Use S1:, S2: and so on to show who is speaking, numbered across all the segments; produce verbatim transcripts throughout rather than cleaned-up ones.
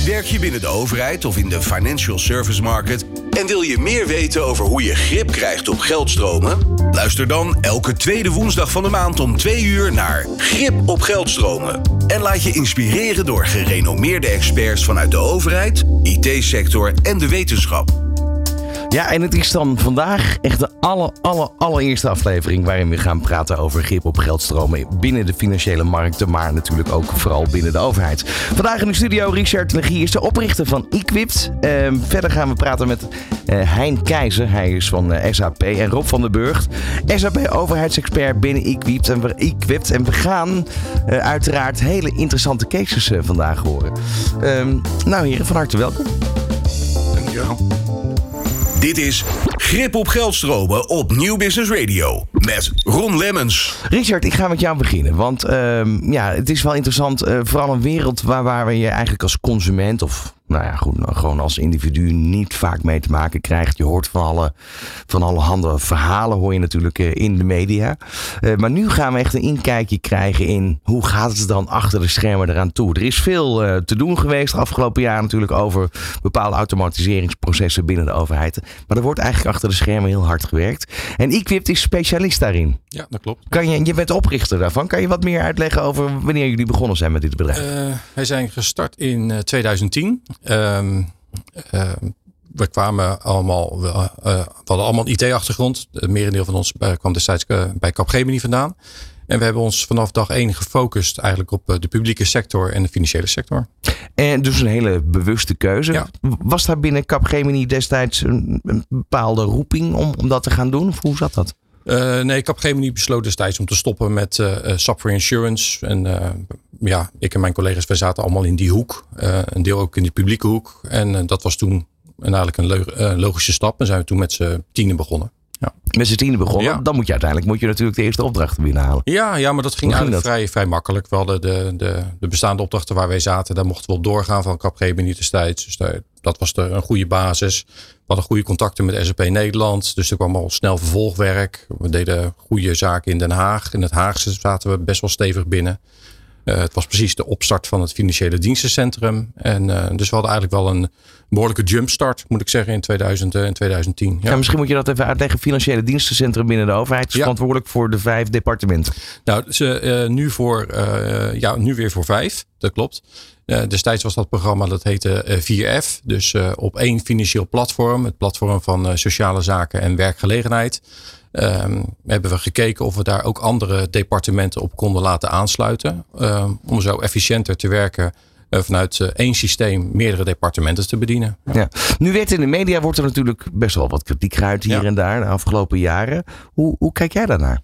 S1: Werk je binnen de overheid of in de financial service market en wil je meer weten over hoe je grip krijgt op geldstromen? Luister dan elke tweede woensdag van de maand om twee uur naar Grip op Geldstromen. En laat je inspireren door gerenommeerde experts vanuit de overheid, I T-sector en de wetenschap.
S2: Ja, en het is dan vandaag echt de aller, aller, allereerste aflevering waarin we gaan praten over grip op geldstromen binnen de financiële markten, maar natuurlijk ook vooral binnen de overheid. Vandaag in de studio Richard Legie is de oprichter van Equipt. Uh, verder gaan we praten met uh, Hein Keizer, hij is van uh, S A P, en Rob van den Burgt, S A P overheidsexpert binnen Equipt. En we, Equipt, en we gaan uh, uiteraard hele interessante cases uh, vandaag horen. Uh, nou heren, van harte welkom.
S1: Dankjewel. Dit is Grip op Geldstromen op Nieuw Business Radio met Ron Lemmens.
S2: Richard, ik ga met jou beginnen. Want uh, ja, het is wel interessant. Uh, vooral een wereld waar, waar je eigenlijk als consument of nou ja, goed, nou, gewoon als individu niet vaak mee te maken krijgt. Je hoort van alle, van alle handen verhalen, hoor je natuurlijk uh, in de media. Uh, maar nu gaan we echt een inkijkje krijgen in hoe gaat het dan achter de schermen eraan toe. Er is veel uh, te doen geweest de afgelopen jaren natuurlijk over bepaalde automatiseringsprocessen binnen de overheid. Maar er wordt eigenlijk achter de schermen heel hard gewerkt. En Equipt is specialist daarin.
S3: Ja, dat klopt.
S2: Kan je, je bent oprichter daarvan. Kan je wat meer uitleggen over wanneer jullie begonnen zijn met dit bedrijf?
S3: Uh, wij zijn gestart in uh, tweeduizend tien. Um, uh, we kwamen allemaal, we, uh, we hadden allemaal een I T-achtergrond. Het merendeel van ons uh, kwam destijds uh, bij Capgemini vandaan. En we hebben ons vanaf dag één gefocust eigenlijk op uh, de publieke sector en de financiële sector.
S2: En dus een hele bewuste keuze.
S3: Ja. Was
S2: daar binnen Capgemini destijds een, een bepaalde roeping om, om dat te gaan doen? Of hoe zat dat?
S3: Uh, nee, Capgemini besloot destijds om te stoppen met uh, software insurance. En uh, ja, ik en mijn collega's, wij zaten allemaal in die hoek. Uh, een deel ook in de publieke hoek. En uh, dat was toen een, eigenlijk een le- uh, logische stap. En zijn we toen met z'n tienen begonnen. Ja.
S2: Met z'n tienen begonnen?
S3: Ja.
S2: Dan moet je uiteindelijk moet je natuurlijk de eerste opdrachten binnenhalen.
S3: Ja, ja, maar dat ging
S2: Hoe
S3: eigenlijk
S2: ging dat?
S3: Vrij, vrij makkelijk. We hadden de, de, de bestaande opdrachten waar wij zaten. Daar mochten we op doorgaan van Capgemini destijds. Dus daar, dat was de, een goede basis. We hadden goede contacten met S A P Nederland. Dus er kwam al snel vervolgwerk. We deden goede zaken in Den Haag. In het Haagse zaten we best wel stevig binnen. Uh, het was precies de opstart van het financiële dienstencentrum. En uh, dus we hadden eigenlijk wel een behoorlijke jumpstart, moet ik zeggen, in tweeduizend en tweeduizend tien. Ja.
S2: Ja, misschien moet je dat even uitleggen. Financiële dienstencentrum binnen de overheid is
S3: Ja.
S2: verantwoordelijk voor de vijf departementen.
S3: Nou, ze, uh, nu, voor, uh, ja, nu weer voor vijf, dat klopt. Uh, destijds was dat programma, dat heette uh, vier F. Dus uh, op één financieel platform. Het platform van uh, sociale zaken en werkgelegenheid. Um, hebben we gekeken of we daar ook andere departementen op konden laten aansluiten. Um, om zo efficiënter te werken uh, vanuit uh, één systeem meerdere departementen te bedienen. Ja.
S2: Ja. Nu werd in de media wordt er natuurlijk best wel wat kritiek geuit hier
S3: Ja.
S2: en daar de afgelopen jaren. Hoe, hoe kijk jij daarnaar?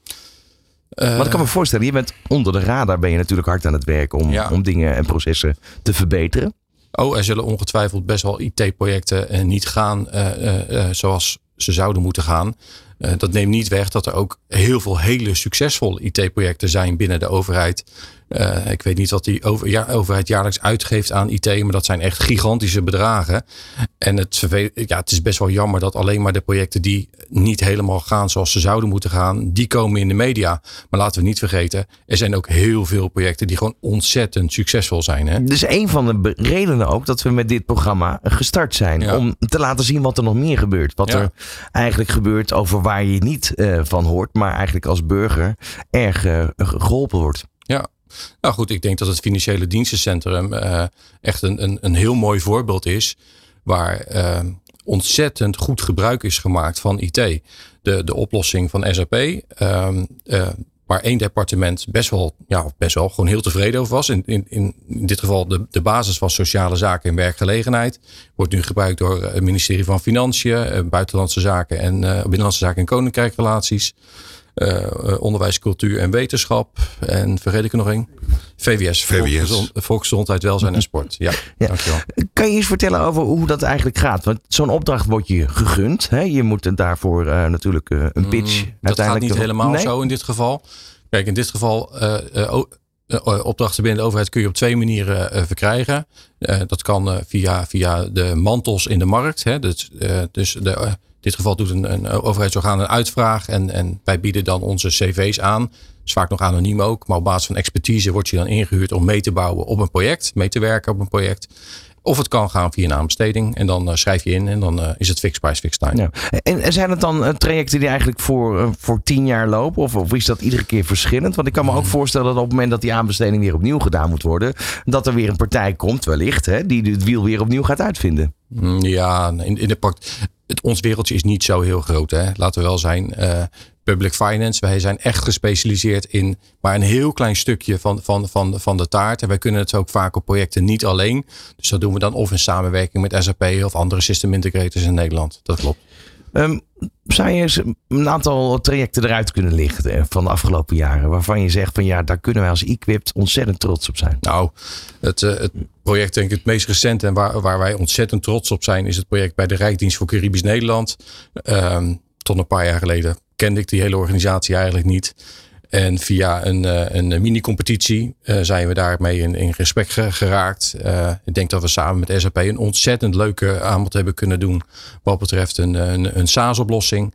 S3: Uh,
S2: Want ik kan me voorstellen, je bent onder de radar ben je natuurlijk hard aan het werken om,
S3: Ja.
S2: om dingen en processen te verbeteren.
S3: Oh, er zullen ongetwijfeld best wel I T-projecten uh, niet gaan uh, uh, uh, zoals ze zouden moeten gaan. Uh, dat neemt niet weg dat er ook heel veel hele succesvolle I T-projecten zijn binnen de overheid. Uh, ik weet niet wat die over, ja, overheid jaarlijks uitgeeft aan I T, maar dat zijn echt gigantische bedragen. En het, ja, het is best wel jammer dat alleen maar de projecten die niet helemaal gaan zoals ze zouden moeten gaan, die komen in de media. Maar laten we niet vergeten, er zijn ook heel veel projecten die gewoon ontzettend succesvol zijn. Hè?
S2: Dus een van de be- redenen ook dat we met dit programma gestart zijn.
S3: Ja.
S2: Om te laten zien wat er nog meer gebeurt. Wat
S3: Ja.
S2: er eigenlijk gebeurt over waar je niet uh, van hoort. Maar eigenlijk als burger erg uh, geholpen wordt.
S3: Ja. Nou goed, ik denk dat het financiële dienstencentrum uh, echt een, een, een heel mooi voorbeeld is. Waar uh, ontzettend goed gebruik is gemaakt van I T. De, de oplossing van S A P. Uh, uh, waar één departement best wel, ja, best wel gewoon heel tevreden over was. In, in, in dit geval de, de basis was sociale zaken en werkgelegenheid. Wordt nu gebruikt door het ministerie van Financiën, uh, Buitenlandse Zaken en uh, Binnenlandse Zaken en Koninkrijkrelaties. Uh, onderwijs, cultuur en wetenschap. En vergeet ik er nog één? V W S.
S1: V W S.
S3: Volksgezond, Volksgezondheid, Welzijn en Sport. Ja,
S2: Ja.
S3: dankjewel.
S2: Kan je eens vertellen over hoe dat eigenlijk gaat? Want zo'n opdracht wordt je gegund. Hè? Je moet daarvoor uh, natuurlijk uh, een pitch.
S3: Mm, dat gaat niet helemaal
S2: nee?
S3: zo in dit geval. Kijk, in dit geval... Uh, uh, oh, uh, opdrachten binnen de overheid kun je op twee manieren uh, verkrijgen. Uh, dat kan uh, via, via de mantels in de markt. Hè? Dus, uh, dus de... Uh, in dit geval doet een, een overheidsorgaan een uitvraag. En, en wij bieden dan onze cv's aan. Dus vaak nog anoniem ook. Maar op basis van expertise wordt je dan ingehuurd om mee te bouwen op een project. Mee te werken op een project. Of het kan gaan via een aanbesteding. En dan uh, schrijf je in en dan uh, is het fixed price, fixed time.
S2: Ja. En, en zijn het dan uh, trajecten die eigenlijk voor, uh, voor tien jaar lopen? Of, of is dat iedere keer verschillend? Want ik kan me ook voorstellen dat op het moment dat die aanbesteding weer opnieuw gedaan moet worden, dat er weer een partij komt, wellicht, hè, die het wiel weer opnieuw gaat uitvinden.
S3: Ja, in, in de praktijk. Het, ons wereldje is niet zo heel groot. Hè? Laten we wel zijn. Uh, public finance. Wij zijn echt gespecialiseerd in maar een heel klein stukje van, van, van, van de taart. En wij kunnen het ook vaak op projecten niet alleen. Dus dat doen we dan of in samenwerking met S A P of andere system integrators in Nederland. Dat klopt.
S2: Um, zou je eens een aantal trajecten eruit kunnen lichten van de afgelopen jaren, waarvan je zegt van ja, daar kunnen wij als Equipped ontzettend trots op zijn?
S3: Nou, het, uh, het project denk ik het meest recente en waar, waar wij ontzettend trots op zijn, is het project bij de Rijksdienst voor Caribisch Nederland. Um, tot een paar jaar geleden kende ik die hele organisatie eigenlijk niet. En via een, een mini-competitie uh, zijn we daarmee in, in gesprek geraakt. Uh, ik denk dat we samen met S A P een ontzettend leuke aanbod hebben kunnen doen wat betreft een, een, een SaaS-oplossing.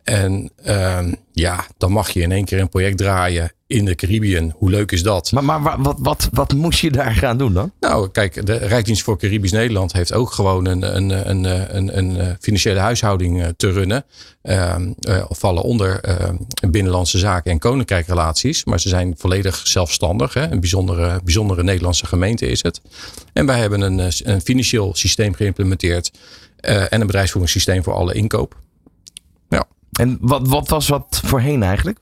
S3: En uh, ja, dan mag je in één keer een project draaien in de Caribbean. Hoe leuk is dat?
S2: Maar, maar wat, wat, wat moest je daar gaan doen dan?
S3: Nou, kijk, de Rijksdienst voor Caribisch Nederland heeft ook gewoon een, een, een, een, een financiële huishouding te runnen. Uh, uh, vallen onder uh, binnenlandse zaken en koninkrijkrelaties. Maar ze zijn volledig zelfstandig. Hè? Een bijzondere, bijzondere Nederlandse gemeente is het. En wij hebben een, een financieel systeem geïmplementeerd. Uh, en een bedrijfsvoeringssysteem voor alle inkoop. Ja.
S2: En wat, wat was wat voorheen eigenlijk?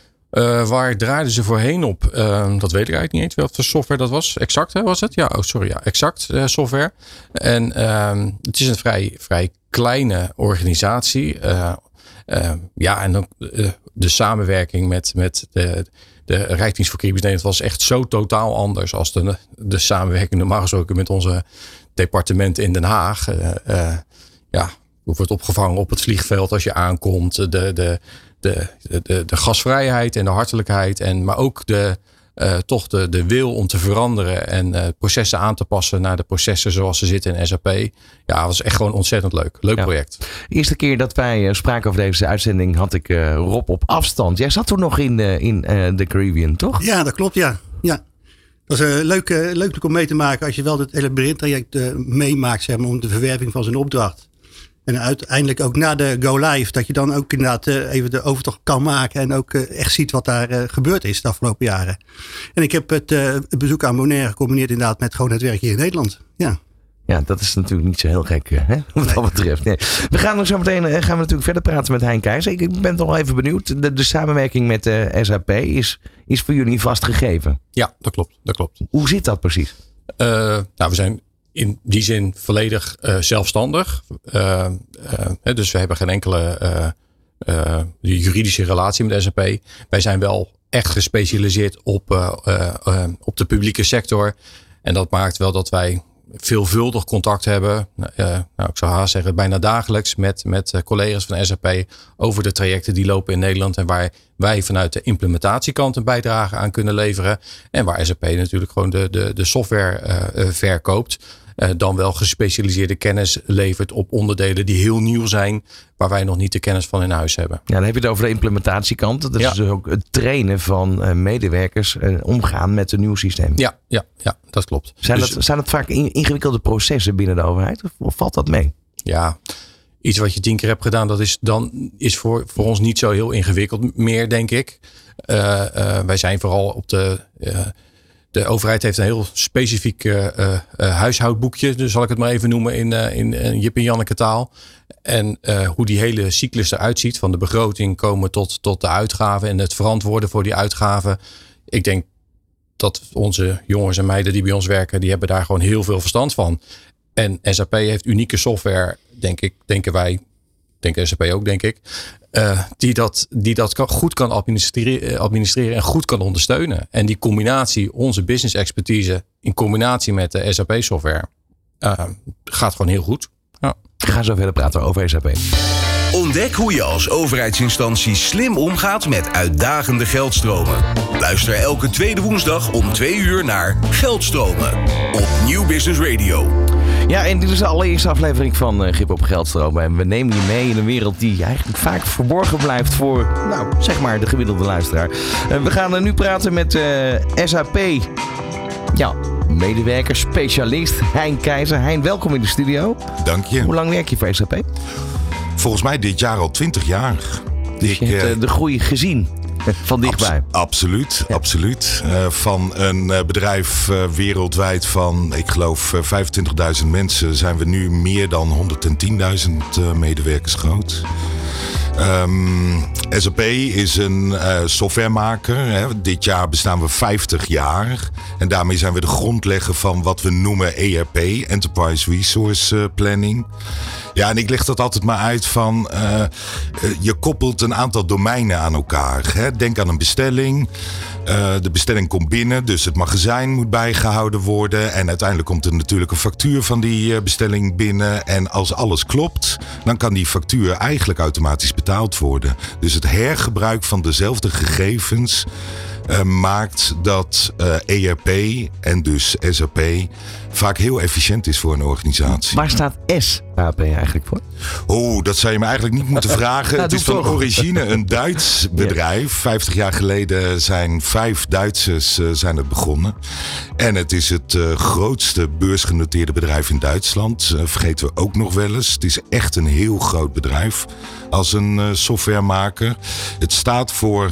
S3: Uh, waar draaiden ze voorheen op? Uh, dat weet ik eigenlijk niet eens welke software dat was. Exact hè, was het? Ja, oh, sorry. Ja, Exact uh, software. En uh, het is een vrij, vrij kleine organisatie. Uh, uh, ja, en dan uh, de samenwerking met, met de, de Rijksdienst voor Caribisch Nederland was echt zo totaal anders als de, de samenwerking normaal gesproken met onze departementen in Den Haag. Uh, uh, ja, hoe wordt opgevangen op het vliegveld als je aankomt. De, de, de, de, de gastvrijheid en de hartelijkheid. En, maar ook de, uh, toch de, de wil om te veranderen. En uh, processen aan te passen naar de processen zoals ze zitten in S A P. Ja, dat was echt gewoon ontzettend leuk. Leuk ja. project.
S2: De eerste keer dat wij uh, spraken over deze uitzending had ik uh, Rob op afstand. Jij zat toen nog in, uh, in uh, de Caribbean, toch?
S4: Ja, dat klopt, ja. ja. Dat is uh, leuk, uh, leuk om mee te maken als je wel het hele begintraject uh, meemaakt, zeg maar, om de verwerving van zijn opdracht. En uiteindelijk ook na de go live, dat je dan ook inderdaad uh, even de overtocht kan maken. En ook uh, echt ziet wat daar uh, gebeurd is de afgelopen jaren. En ik heb het, uh, het bezoek aan Bonaire gecombineerd inderdaad met gewoon het werk hier in Nederland. Ja.
S2: Ja, dat is natuurlijk niet zo heel gek, hè, wat nee. dat betreft. Nee. We gaan nog zo meteen gaan we natuurlijk verder praten met Hein Keijzer. Ik ben toch wel even benieuwd. De, de samenwerking met uh, S A P is, is voor jullie vastgegeven.
S3: Ja, dat klopt. Dat klopt.
S2: Hoe zit dat precies?
S3: Uh, nou, we zijn in die zin volledig uh, zelfstandig. Uh, uh, dus we hebben geen enkele uh, uh, juridische relatie met S A P. Wij zijn wel echt gespecialiseerd op, uh, uh, uh, op de publieke sector. En dat maakt wel dat wij veelvuldig contact hebben. Uh, nou, ik zou haast zeggen bijna dagelijks met, met collega's van S A P over de trajecten die lopen in Nederland. En waar wij vanuit de implementatiekant een bijdrage aan kunnen leveren. En waar S A P natuurlijk gewoon de, de, de software uh, uh, verkoopt. Uh, dan wel gespecialiseerde kennis levert op onderdelen die heel nieuw zijn, waar wij nog niet de kennis van in huis hebben.
S2: Ja, dan heb je het over de implementatiekant. Dat is ja. dus ook het trainen van uh, medewerkers uh, omgaan met een nieuw systeem.
S3: Ja, ja, ja, dat klopt.
S2: Zijn,
S3: dus,
S2: dat, zijn dat vaak ingewikkelde processen binnen de overheid? Of, of valt dat mee?
S3: Ja, iets wat je tien keer hebt gedaan, dat is dan is voor, voor ons niet zo heel ingewikkeld meer, denk ik. Uh, uh, wij zijn vooral op de... Uh, De overheid heeft een heel specifiek uh, uh, huishoudboekje, dus zal ik het maar even noemen in, uh, in, in Jip en Janneke taal. En uh, hoe die hele cyclus eruit ziet, van de begroting komen tot, tot de uitgaven en het verantwoorden voor die uitgaven. Ik denk dat onze jongens en meiden die bij ons werken, die hebben daar gewoon heel veel verstand van. En S A P heeft unieke software, denk ik, denken wij, denken S A P ook, denk ik. Uh, die dat, die dat kan, goed kan administreren, administreren en goed kan ondersteunen. En die combinatie, onze business expertise in combinatie met de S A P software, uh, gaat gewoon heel goed. Ja.
S2: We gaan zo verder praten over S A P.
S1: Ontdek hoe je als overheidsinstantie slim omgaat met uitdagende geldstromen. Luister elke tweede woensdag om twee uur naar Geldstromen op Nieuw Business Radio.
S2: Ja, en dit is de allereerste aflevering van uh, Grip op Geldstromen. En we nemen je mee in een wereld die eigenlijk vaak verborgen blijft voor, nou, zeg maar, de gemiddelde luisteraar. Uh, we gaan uh, nu praten met uh, S A P. Ja, medewerkersspecialist Hein Keizer. Hein, welkom in de studio.
S5: Dank je.
S2: Hoe lang werk je voor S A P?
S5: Volgens mij dit jaar al twintig jaar.
S2: Dus
S5: ik,
S2: je hebt uh, de groei gezien van dichtbij.
S5: Abs- absoluut, ja. absoluut. Uh, van een uh, bedrijf uh, wereldwijd van, ik geloof, uh, vijfentwintigduizend mensen zijn we nu meer dan honderdtienduizend uh, medewerkers groot. Um, S A P is een uh, softwaremaker. Hè. Dit jaar bestaan we vijftig jaar. En daarmee zijn we de grondlegger van wat we noemen E R P, Enterprise Resource Planning. Ja, en ik leg dat altijd maar uit van, uh, uh, je koppelt een aantal domeinen aan elkaar. Hè. Denk aan een bestelling. Uh, de bestelling komt binnen, dus het magazijn moet bijgehouden worden. En uiteindelijk komt er natuurlijk een factuur van die uh, bestelling binnen. En als alles klopt, dan kan die factuur eigenlijk automatisch betaald worden. Dus het hergebruik van dezelfde gegevens uh, maakt dat uh, E R P en dus S A P vaak heel efficiënt is voor een organisatie.
S2: Waar staat S A P eigenlijk voor?
S5: Oh, dat zou je me eigenlijk niet moeten vragen.
S2: Nou,
S5: het is van
S2: toch.
S5: origine een Duits bedrijf. Vijftig jaar geleden zijn vijf Duitsers uh, zijn het begonnen. En het is het uh, grootste beursgenoteerde bedrijf in Duitsland. Uh, vergeten we ook nog wel eens. Het is echt een heel groot bedrijf als een uh, softwaremaker. Het staat voor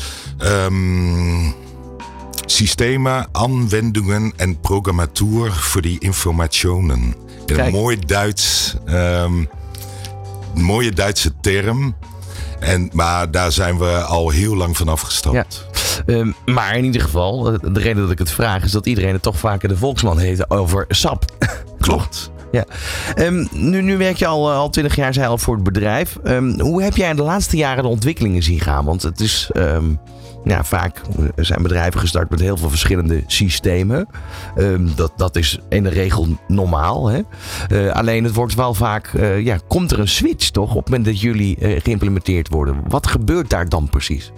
S5: Um, systemen, aanwendingen en programmatuur voor die informationen. Een mooi Duits, um, een mooie Duitse term. En, maar daar zijn we al heel lang van afgestapt.
S2: Ja. Um, maar in ieder geval, de reden dat ik het vraag is dat iedereen het toch vaker de volksman heet over S A P.
S5: Klopt.
S2: Ja. Um, nu, nu werk je al, al twintig jaar zelf voor het bedrijf. Um, hoe heb jij in de laatste jaren de ontwikkelingen zien gaan? Want het is... Um, Ja, vaak zijn bedrijven gestart met heel veel verschillende systemen. Um, dat, dat is in de regel normaal. Hè? Uh, alleen het wordt wel vaak... Uh, ja, komt er een switch toch op het moment dat jullie uh, geïmplementeerd worden? Wat gebeurt daar dan precies?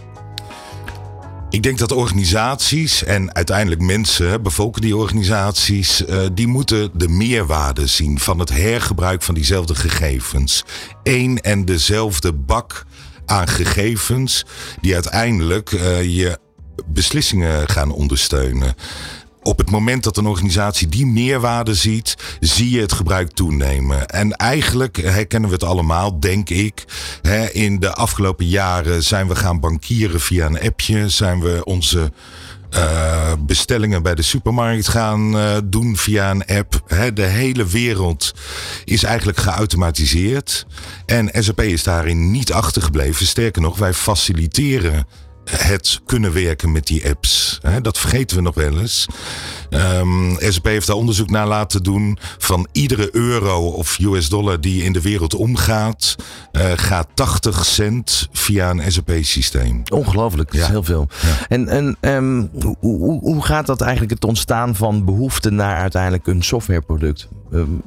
S5: Ik denk dat organisaties en uiteindelijk mensen, bevolken die organisaties, uh, die moeten de meerwaarde zien van het hergebruik van diezelfde gegevens. Eén en dezelfde bak aan gegevens die uiteindelijk uh, je beslissingen gaan ondersteunen. Op het moment dat een organisatie die meerwaarde ziet, zie je het gebruik toenemen. En eigenlijk herkennen we het allemaal, denk ik. Hè, in de afgelopen jaren zijn we gaan bankieren via een appje. Zijn we onze uh, bestellingen bij de supermarkt gaan uh, doen via een app. Hè, de hele wereld is eigenlijk geautomatiseerd. En S A P is daarin niet achtergebleven. Sterker nog, wij faciliteren het kunnen werken met die apps. Dat vergeten we nog wel eens. Um, S A P heeft daar onderzoek naar laten doen. Van iedere euro of U S dollar die in de wereld omgaat, uh, gaat tachtig cent via een S A P-systeem.
S2: Ongelooflijk, dat is
S5: ja.
S2: heel veel.
S5: Ja.
S2: En, en um, hoe, hoe, hoe gaat dat eigenlijk, het ontstaan van behoefte naar uiteindelijk een softwareproduct? Um,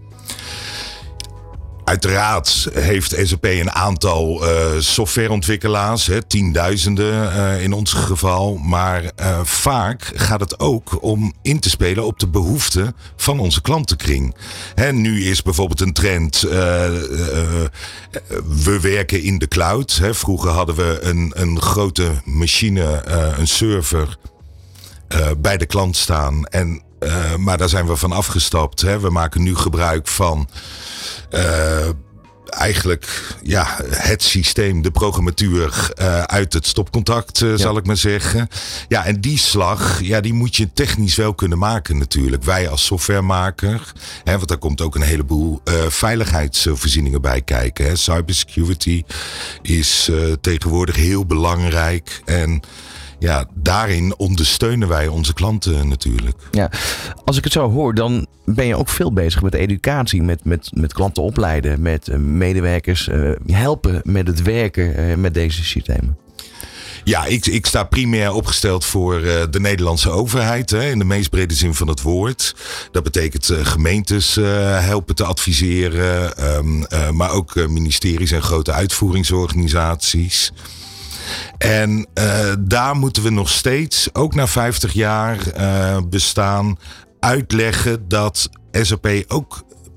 S5: Uiteraard heeft S A P een aantal uh, softwareontwikkelaars, hè, tienduizenden uh, in ons geval. Maar uh, vaak gaat het ook om in te spelen op de behoeften van onze klantenkring. Hè, nu is bijvoorbeeld een trend, uh, uh, we werken in de cloud. Hè. Vroeger hadden we een, een grote machine, uh, een server uh, bij de klant staan. En, uh, maar daar zijn we van afgestapt. Hè. We maken nu gebruik van Uh, eigenlijk ja, het systeem, de programmatuur uh, uit het stopcontact, uh, ja. zal ik maar zeggen. Ja, en die slag, ja, die moet je technisch wel kunnen maken natuurlijk. Wij als softwaremaker, hè, want daar komt ook een heleboel uh, veiligheidsvoorzieningen bij kijken. Hè. Cybersecurity is uh, tegenwoordig heel belangrijk en ja, daarin ondersteunen wij onze klanten natuurlijk.
S2: Ja, als ik het zo hoor, dan ben je ook veel bezig met educatie, met, met, met klanten opleiden, met uh, medewerkers uh, helpen met het werken uh, met deze systemen.
S5: Ja, ik, ik sta primair opgesteld voor uh, de Nederlandse overheid, hè, in de meest brede zin van het woord. Dat betekent uh, gemeentes uh, helpen te adviseren, um, uh, maar ook uh, ministeries en grote uitvoeringsorganisaties. En uh, daar moeten we nog steeds, ook na vijftig jaar uh, bestaan, uitleggen dat S A P ook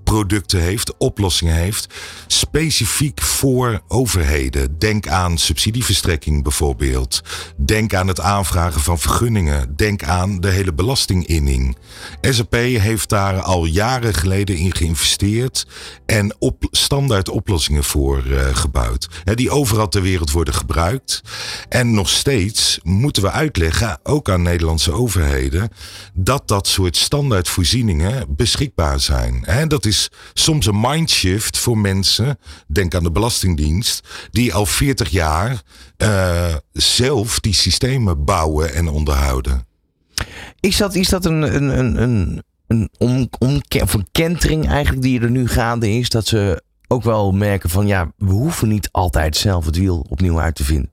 S5: producten heeft, oplossingen heeft, specifiek voor overheden. Denk aan subsidieverstrekking bijvoorbeeld. Denk aan het aanvragen van vergunningen. Denk aan de hele belastinginning. S A P heeft daar al jaren geleden in geïnvesteerd en op, standaard oplossingen voor uh, gebouwd. He, die overal ter wereld worden gebruikt. En nog steeds moeten we uitleggen, ook aan Nederlandse overheden, dat dat soort standaard voorzieningen beschikbaar zijn. He, dat is soms een mindshift voor mensen, denk aan de Belastingdienst, die al veertig jaar uh, zelf die systemen bouwen en onderhouden.
S2: Is dat, is dat een, een, een, een, een, om, om, of een kentering eigenlijk die er nu gaande is, dat ze ook wel merken van ja, we hoeven niet altijd zelf het wiel opnieuw uit te vinden?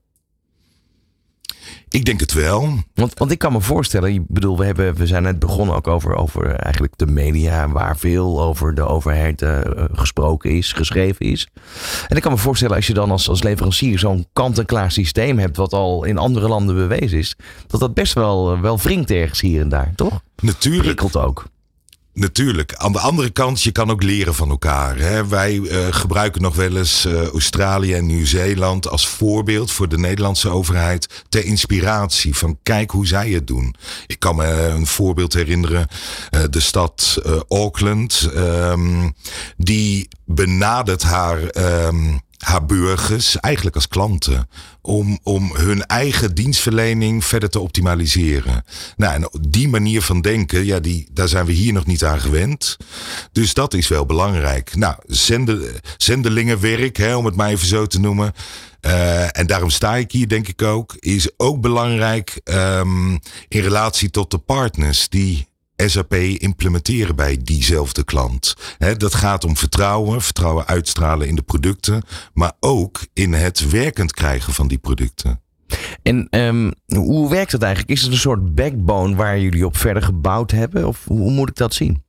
S5: Ik denk het wel.
S2: Want, want ik kan me voorstellen, ik bedoel, we, hebben, we zijn net begonnen ook over, over eigenlijk de media, waar veel over de overheid uh, gesproken is, geschreven is. En ik kan me voorstellen, als je dan als, als leverancier zo'n kant-en-klaar systeem hebt, wat al in andere landen bewezen is, dat dat best wel, wel wringt ergens hier en daar, toch?
S5: Natuurlijk.
S2: Prikkelt ook.
S5: Natuurlijk. Aan de andere kant, je kan ook leren van elkaar. Hè. Wij uh, gebruiken nog wel eens uh, Australië en Nieuw-Zeeland als voorbeeld voor de Nederlandse overheid ter inspiratie van kijk hoe zij het doen. Ik kan me een voorbeeld herinneren. Uh, de stad uh, Auckland, um, die benadert haar... Um, haar burgers eigenlijk als klanten om, om hun eigen dienstverlening verder te optimaliseren. Nou, en die manier van denken, ja, die, daar zijn we hier nog niet aan gewend. Dus dat is wel belangrijk. Nou, zende, zendelingenwerk, hè, om het maar even zo te noemen. Uh, en daarom sta ik hier, denk ik ook, is ook belangrijk um, in relatie tot de partners die S A P implementeren bij diezelfde klant. He, dat gaat om vertrouwen, vertrouwen uitstralen in de producten, maar ook in het werkend krijgen van die producten.
S2: En um, hoe werkt dat eigenlijk? Is het een soort backbone waar jullie op verder gebouwd hebben? Of hoe moet ik dat zien?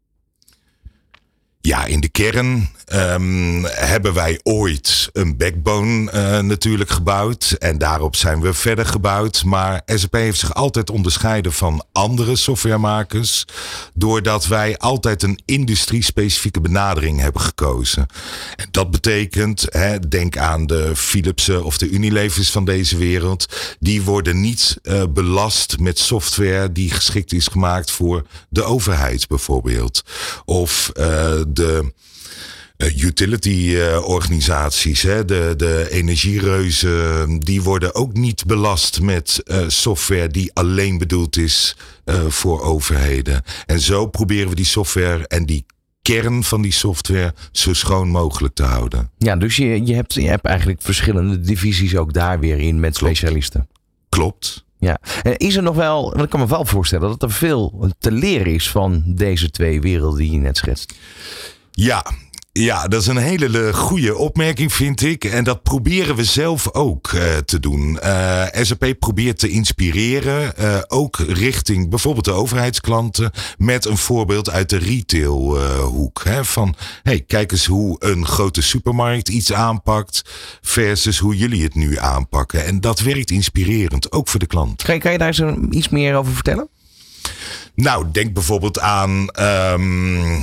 S5: Ja, in de kern um, hebben wij ooit een backbone uh, natuurlijk gebouwd. En daarop zijn we verder gebouwd. Maar S A P heeft zich altijd onderscheiden van andere softwaremakers. Doordat wij altijd een industrie-specifieke benadering hebben gekozen. En dat betekent, hè, denk aan de Philipsen of de Unilevers van deze wereld. Die worden niet uh, belast met software die geschikt is gemaakt voor de overheid bijvoorbeeld. Of uh, de uh, utility-organisaties, uh, de, de energiereuzen, die worden ook niet belast met uh, software die alleen bedoeld is uh, voor overheden. En zo proberen we die software en die kern van die software zo schoon mogelijk te houden.
S2: Ja, dus je, je, hebt, je hebt eigenlijk verschillende divisies ook daar weer in met
S5: Klopt.
S2: specialisten.
S5: Klopt.
S2: Ja, en is er nog wel, want ik kan me wel voorstellen dat er veel te leren is van deze twee werelden die je net schetst.
S5: Ja, ja, dat is een hele goede opmerking, vind ik. En dat proberen we zelf ook uh, te doen. Uh, S A P probeert te inspireren, uh, ook richting bijvoorbeeld de overheidsklanten, met een voorbeeld uit de retailhoek. Uh, van, hey, kijk eens hoe een grote supermarkt iets aanpakt versus hoe jullie het nu aanpakken. En dat werkt inspirerend, ook voor de klant.
S2: Kan je, kan je daar zo iets meer over vertellen?
S5: Nou, denk bijvoorbeeld aan... Um,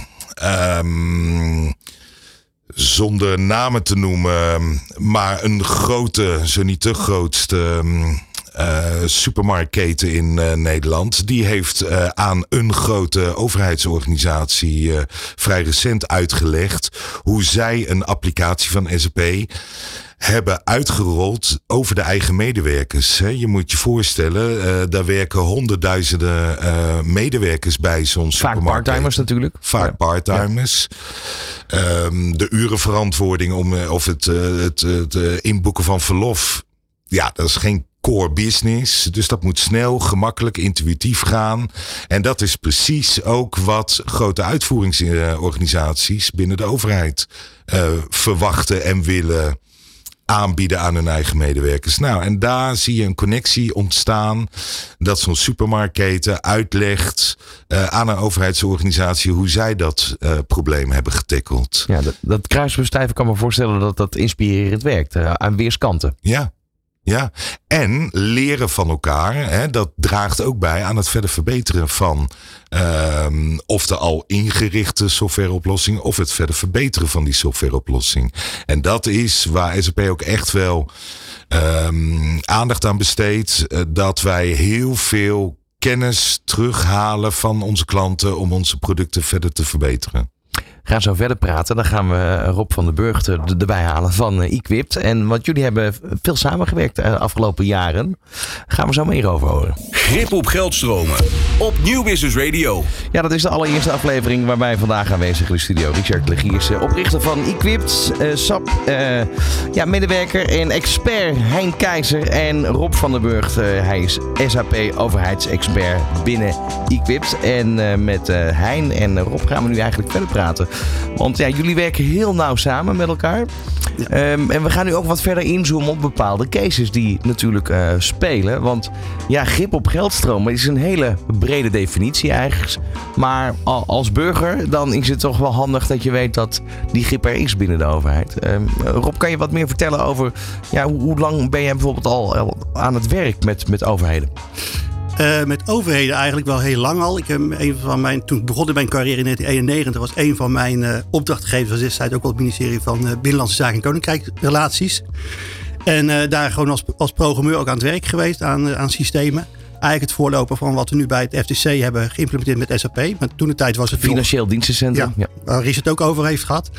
S5: um, Zonder namen te noemen, maar een grote, zo niet de grootste uh, supermarktketen in uh, Nederland. Die heeft uh, aan een grote overheidsorganisatie uh, vrij recent uitgelegd hoe zij een applicatie van S A P hebben uitgerold over de eigen medewerkers. Je moet je voorstellen, uh, daar werken honderdduizenden uh, medewerkers bij zo'n supermarkt.
S2: Vaak parttimers natuurlijk.
S5: Vaak
S2: ja.
S5: parttimers. Ja. Um, de urenverantwoording om, of het, uh, het, het uh, inboeken van verlof. Ja, dat is geen core business. Dus dat moet snel, gemakkelijk, intuïtief gaan. En dat is precies ook wat grote uitvoeringsorganisaties binnen de overheid uh, verwachten en willen aanbieden aan hun eigen medewerkers. Nou, en daar zie je een connectie ontstaan, dat zo'n supermarktketen uitlegt uh, aan een overheidsorganisatie hoe zij dat uh, probleem hebben getackeld.
S2: Ja, dat, dat kruisbestuiven kan me voorstellen dat dat inspirerend werkt, uh, aan weerskanten.
S5: Ja. Ja, en leren van elkaar, hè, dat draagt ook bij aan het verder verbeteren van um, of de al ingerichte softwareoplossing of het verder verbeteren van die softwareoplossing. En dat is waar S A P ook echt wel um, aandacht aan besteedt, uh, dat wij heel veel kennis terughalen van onze klanten om onze producten verder te verbeteren.
S2: We gaan zo verder praten. Dan gaan we Rob van den Burgt er, erbij halen van uh, Equipped. En want jullie hebben veel samengewerkt de uh, afgelopen jaren. Gaan we zo meer over horen.
S1: Grip op geldstromen. Op Nieuw Business Radio.
S2: Ja, dat is de allereerste aflevering waarbij vandaag aanwezig in de studio Richard Legiers, oprichter van Equipped, uh, S A P, uh, ja, medewerker en expert Hein Keizer en Rob van den Burgt. Uh, hij is S A P overheidsexpert binnen Equipped. En uh, met uh, Hein en Rob gaan we nu eigenlijk verder praten. Want ja, jullie werken heel nauw samen met elkaar. Ja. Um, en we gaan nu ook wat verder inzoomen op bepaalde cases die natuurlijk uh, spelen. Want ja, grip op geldstromen is een hele brede definitie eigenlijk. Maar als burger dan is het toch wel handig dat je weet dat die grip er is binnen de overheid. Um, Rob, kan je wat meer vertellen over ja, hoe, hoe lang ben jij bijvoorbeeld al aan het werk met, met overheden?
S4: Uh, met overheden eigenlijk wel heel lang al. Ik heb een van mijn, toen ik begon in mijn carrière in negentien eenennegentig was een van mijn uh, opdrachtgevers, was destijds ook wel het ministerie van uh, Binnenlandse Zaken en Koninkrijksrelaties. En uh, daar gewoon als, als programmeur ook aan het werk geweest aan, uh, aan systemen. Eigenlijk het voorloper van wat we nu bij het F T C hebben geïmplementeerd met S A P. Maar toen de tijd was het
S2: Financieel
S4: nog,
S2: Dienstencentrum.
S4: Ja, ja. Waar Richard ook over heeft gehad.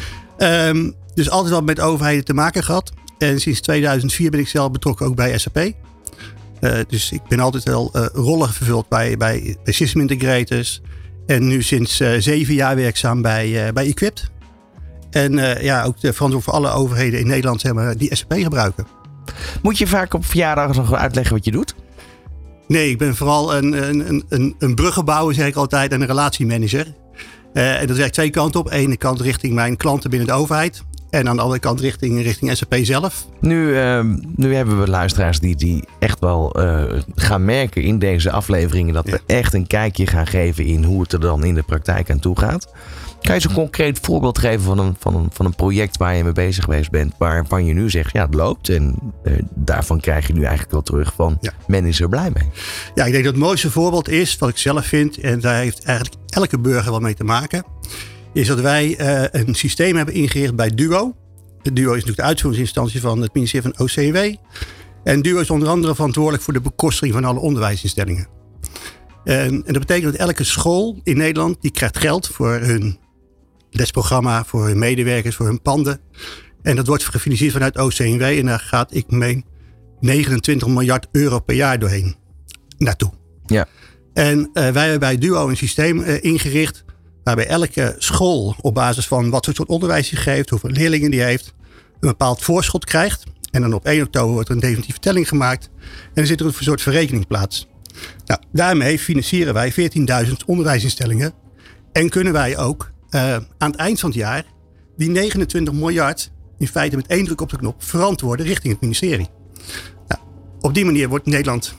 S4: Um, dus altijd wel met overheden te maken gehad. En sinds tweeduizend vier ben ik zelf betrokken ook bij S A P. Uh, dus ik ben altijd wel uh, rollen vervuld bij, bij, bij System Integrators. En nu sinds uh, zeven jaar werkzaam bij, uh, bij Equipped. En uh, ja, ook de verantwoordelijk voor alle overheden in Nederland zeg maar, die S A P gebruiken.
S2: Moet je vaak op verjaardag nog uitleggen wat je doet?
S4: Nee, ik ben vooral een, een, een, een bruggenbouwer, zeg ik altijd, en een relatiemanager. Uh, en dat werkt twee kanten op. Aan de ene kant richting mijn klanten binnen de overheid. En aan de andere kant richting, richting S A P zelf.
S2: Nu, uh, nu hebben we luisteraars die, die echt wel uh, gaan merken in deze afleveringen dat ja. we echt een kijkje gaan geven in hoe het er dan in de praktijk aan toe gaat. Kan je zo'n concreet voorbeeld geven van een, van, een, van een project waar je mee bezig geweest bent, waarvan je nu zegt, ja, het loopt en uh, daarvan krijg je nu eigenlijk wel terug van, ja. men is er blij mee.
S4: Ja, ik denk dat het mooiste voorbeeld is, wat ik zelf vind, en daar heeft eigenlijk elke burger wel mee te maken, is dat wij uh, een systeem hebben ingericht bij DUO. De DUO is natuurlijk de uitvoeringsinstantie van het ministerie van O C W. En DUO is onder andere verantwoordelijk voor de bekostiging van alle onderwijsinstellingen. En, en dat betekent dat elke school in Nederland, die krijgt geld voor hun lesprogramma, voor hun medewerkers, voor hun panden. En dat wordt gefinancierd vanuit O C W. En daar gaat, ik meen, negenentwintig miljard euro per jaar doorheen naartoe. Ja. En uh, wij hebben bij DUO een systeem uh, ingericht waarbij elke school op basis van wat voor soort onderwijs die geeft, hoeveel leerlingen die heeft, een bepaald voorschot krijgt. En dan op één oktober wordt er een definitieve telling gemaakt. En dan zit er een soort verrekening plaats. Nou, daarmee financieren wij veertienduizend onderwijsinstellingen. En kunnen wij ook uh, aan het eind van het jaar die negenentwintig miljard in feite met één druk op de knop verantwoorden richting het ministerie. Nou, op die manier wordt Nederland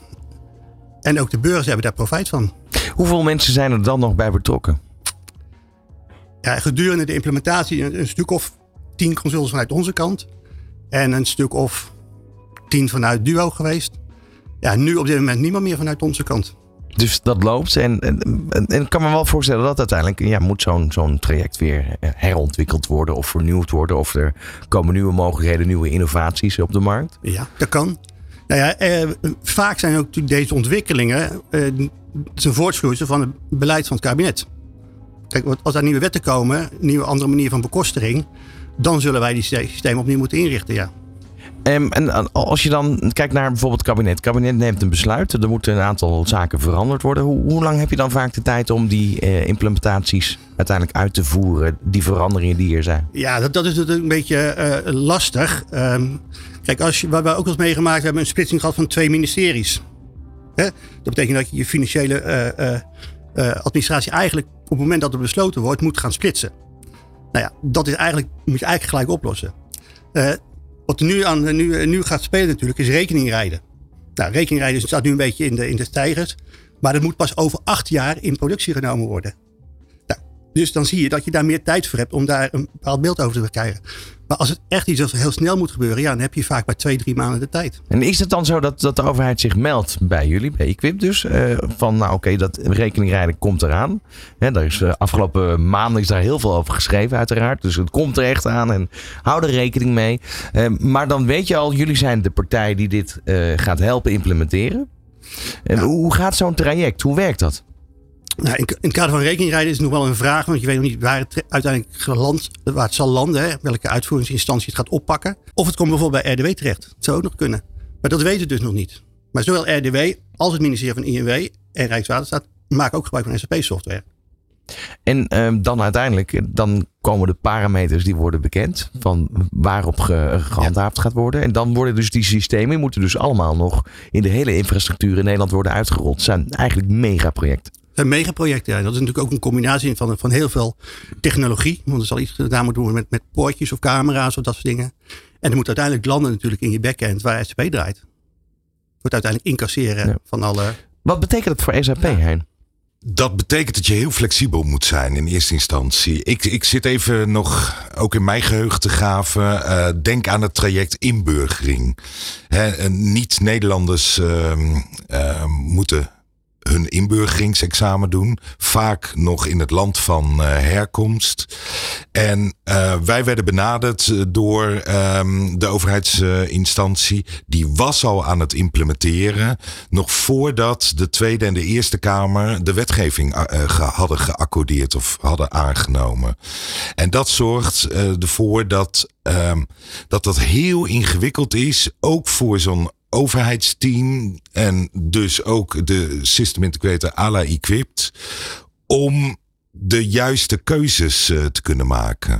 S4: en ook de burgers hebben daar profijt van.
S2: Hoeveel mensen zijn er dan nog bij betrokken?
S4: Ja, gedurende de implementatie een, een stuk of tien consultants vanuit onze kant. En een stuk of tien vanuit DUO geweest. Ja, nu op dit moment niemand meer vanuit onze kant.
S2: Dus dat loopt. En, en, en ik kan me wel voorstellen dat uiteindelijk ja, moet zo'n, zo'n traject weer herontwikkeld worden of vernieuwd worden. Of er komen nieuwe mogelijkheden, nieuwe innovaties op de markt.
S4: Ja, dat kan. Nou ja, eh, vaak zijn ook deze ontwikkelingen eh, het is een voortvloeisel van het beleid van het kabinet. Kijk, als er nieuwe wetten komen, een nieuwe andere manier van bekostiging, dan zullen wij die systeem opnieuw moeten inrichten, ja.
S2: Um, en als je dan kijkt naar bijvoorbeeld het kabinet. Het kabinet neemt een besluit. Er moeten een aantal zaken veranderd worden. Hoe, hoe lang heb je dan vaak de tijd om die uh, implementaties uiteindelijk uit te voeren? Die veranderingen die er zijn? Ja, dat, dat is natuurlijk een beetje uh, lastig. Um, kijk, als je, wat we ook wel eens meegemaakt hebben, een splitsing gehad van twee ministeries. Hè? Dat betekent dat je je financiële uh, uh, uh, administratie eigenlijk op het moment dat er besloten wordt, moet gaan splitsen. Nou ja, dat is eigenlijk, moet je eigenlijk gelijk oplossen. Uh, Wat er nu, aan, nu, nu gaat spelen natuurlijk is rekeningrijden. Nou, rekeningrijden staat nu een beetje in de, in de stijgers. Maar dat moet pas over acht jaar in productie genomen worden. Nou,
S4: Dus dan zie je dat je daar meer tijd voor hebt om daar een bepaald beeld over te krijgen. Maar als het echt iets heel snel moet gebeuren, ja, dan heb je vaak maar twee, drie maanden de tijd.
S2: En is het dan zo dat, dat de overheid zich meldt bij jullie, bij Equip dus? Uh, van nou oké, okay, dat rekeningrijden komt eraan. Hè, daar is uh, afgelopen maanden is daar heel veel over geschreven uiteraard. Dus het komt er echt aan en hou er rekening mee. Uh, maar dan weet je al, jullie zijn de partij die dit uh, gaat helpen implementeren. En ja. Hoe gaat zo'n traject? Hoe werkt dat?
S4: Nou, in, in het kader van rekeningrijden is het nog wel een vraag. Want je weet nog niet waar het uiteindelijk geland, waar het zal landen. Hè, welke uitvoeringsinstantie het gaat oppakken. Of het komt bijvoorbeeld bij R D W terecht. Dat zou ook nog kunnen. Maar dat weten we dus nog niet. Maar zowel R D W als het ministerie van I N W en Rijkswaterstaat maken ook gebruik van S A P-software.
S2: En uh, dan uiteindelijk, dan komen de parameters die worden bekend. Van waarop ge, gehandhaafd ja. gaat worden. En dan worden dus die systemen, moeten dus allemaal nog in de hele infrastructuur in Nederland worden uitgerold. Het zijn eigenlijk megaprojecten.
S4: Een megaproject, ja. Dat is natuurlijk ook een combinatie van, van heel veel technologie. Want er zal iets gedaan moeten worden met, met poortjes of camera's of dat soort dingen. En er moet uiteindelijk landen natuurlijk in je backend waar S A P draait. Het wordt uiteindelijk incasseren ja. van alle...
S2: Wat betekent het voor S A P, ja. Hein?
S5: Dat betekent dat je heel flexibel moet zijn in eerste instantie. Ik, ik zit even nog ook in mijn geheugen te graven. Uh, denk aan het traject inburgering. He, Niet-Nederlanders uh, uh, moeten hun inburgeringsexamen doen. Vaak nog in het land van uh, herkomst. En uh, wij werden benaderd door um, de overheidsinstantie. Die was al aan het implementeren. Nog voordat de Tweede en de Eerste Kamer de wetgeving uh, ge- hadden geaccordeerd of hadden aangenomen. En dat zorgt uh, ervoor dat, um, dat dat heel ingewikkeld is. Ook voor zo'n overheidsteam en dus ook de system integrator à la Equipped om de juiste keuzes uh, te kunnen maken.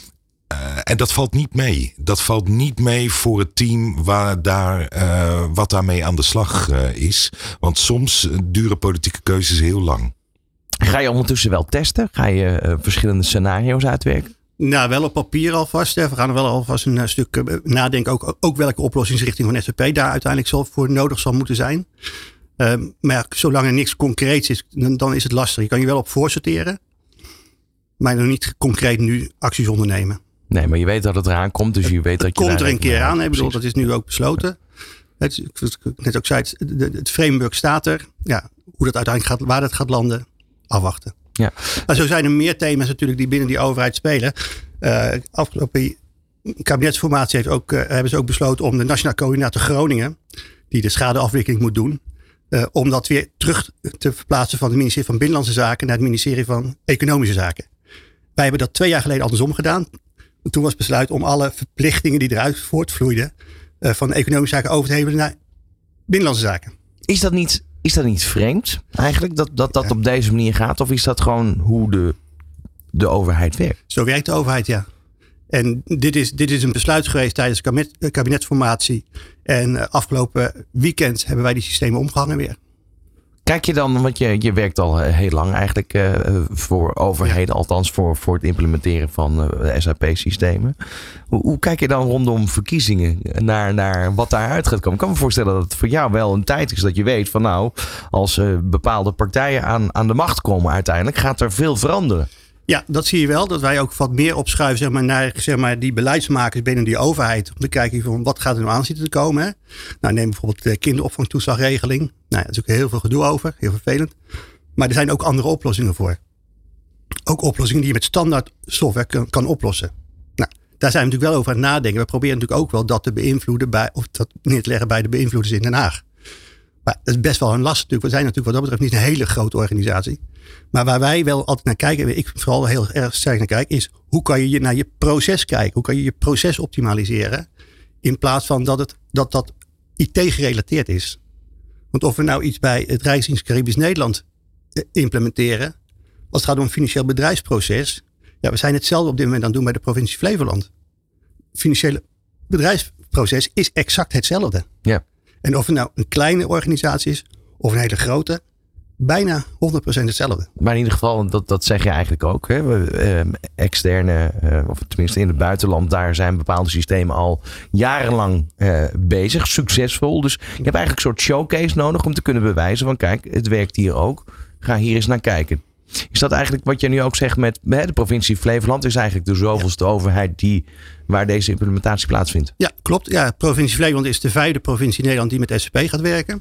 S5: Uh, en dat valt niet mee. Dat valt niet mee voor het team waar daar, uh, wat daarmee aan de slag uh, is. Want soms duren politieke keuzes heel lang.
S2: Ga je ondertussen wel testen? Ga je uh, verschillende scenario's uitwerken?
S4: Nou, wel op papier alvast. Hè. We gaan er wel alvast een uh, stuk uh, nadenken. Ook, ook welke oplossingsrichting van S A P daar uiteindelijk zal voor nodig zal moeten zijn. Uh, maar ja, zolang er niks concreets is, dan, dan is het lastig. Je kan je wel op voorsorteren. Maar nog niet concreet nu acties ondernemen.
S2: Nee, maar je weet dat het eraan komt. Dus je weet dat
S4: het
S2: je
S4: komt er een keer aan. Ik bedoel, dat is nu ook besloten. Ja. Het, ik net ook zei, het, het framework staat er. Ja, hoe dat uiteindelijk gaat, waar dat gaat landen, afwachten.
S2: Ja.
S4: Maar zo zijn er meer thema's natuurlijk die binnen die overheid spelen. Uh, afgelopen kabinetsformatie heeft ook, uh, hebben ze ook besloten om de Nationaal Coördinator Groningen, die de schadeafwikkeling moet doen, uh, om dat weer terug te verplaatsen van het ministerie van Binnenlandse Zaken naar het ministerie van Economische Zaken. Wij hebben dat twee jaar geleden andersom gedaan. Toen was besluit om alle verplichtingen die eruit voortvloeiden uh, van Economische Zaken over te hevelen naar Binnenlandse Zaken.
S2: Is dat niet... Is dat niet vreemd eigenlijk, dat dat, dat ja. op deze manier gaat? Of is dat gewoon hoe de, de overheid werkt?
S4: Zo werkt de overheid, ja. En dit is, dit is een besluit geweest tijdens de kabinet, kabinetsformatie. En uh, afgelopen weekend hebben wij die systemen omgehangen weer.
S2: Kijk je dan, want je, je werkt al heel lang eigenlijk uh, voor overheden, ja. althans voor, voor het implementeren van uh, S A P-systemen. Hoe, hoe kijk je dan rondom verkiezingen naar, naar wat daaruit gaat komen? Ik kan me voorstellen dat het voor jou wel een tijd is dat je weet van nou, als uh, bepaalde partijen aan, aan de macht komen uiteindelijk, gaat er veel veranderen.
S4: Ja, dat zie je wel. Dat wij ook wat meer opschuiven zeg maar, naar zeg maar, die beleidsmakers binnen die overheid. Om te kijken van wat gaat er nou aan zitten te komen. Hè? Nou, neem bijvoorbeeld de kinderopvangtoeslagregeling. Nou, ja, daar is ook heel veel gedoe over. Heel vervelend. Maar er zijn ook andere oplossingen voor. Ook oplossingen die je met standaard software kan, kan oplossen. Nou, daar zijn we natuurlijk wel over aan het nadenken. We proberen natuurlijk ook wel dat te beïnvloeden bij, of dat neer te leggen bij de beïnvloeders in Den Haag. Maar dat is best wel een last natuurlijk. We zijn natuurlijk wat dat betreft niet een hele grote organisatie. Maar waar wij wel altijd naar kijken, en ik vooral heel erg sterk naar kijk, is hoe kan je naar je proces kijken? Hoe kan je je proces optimaliseren? In plaats van dat het, dat, dat I T gerelateerd is. Want of we nou iets bij het Rijksdienst Caribisch Nederland implementeren, als het gaat om een financieel bedrijfsproces, ja, we zijn hetzelfde op dit moment aan het doen bij de provincie Flevoland. Het financiële bedrijfsproces is exact hetzelfde.
S2: Ja.
S4: En of het nou een kleine organisatie is of een hele grote, bijna honderd procent hetzelfde.
S2: Maar in ieder geval, dat, dat zeg je eigenlijk ook. Hè? We, eh, externe, eh, of tenminste in het buitenland, daar zijn bepaalde systemen al jarenlang eh, bezig, succesvol. Dus je hebt eigenlijk een soort showcase nodig om te kunnen bewijzen van kijk, het werkt hier ook. Ga hier eens naar kijken. Is dat eigenlijk wat je nu ook zegt met hè, de provincie Flevoland is eigenlijk de zoveelste ja. overheid die, waar deze implementatie plaatsvindt?
S4: Ja, klopt. Ja, provincie Flevoland is de vijfde provincie in Nederland die met S A P gaat werken.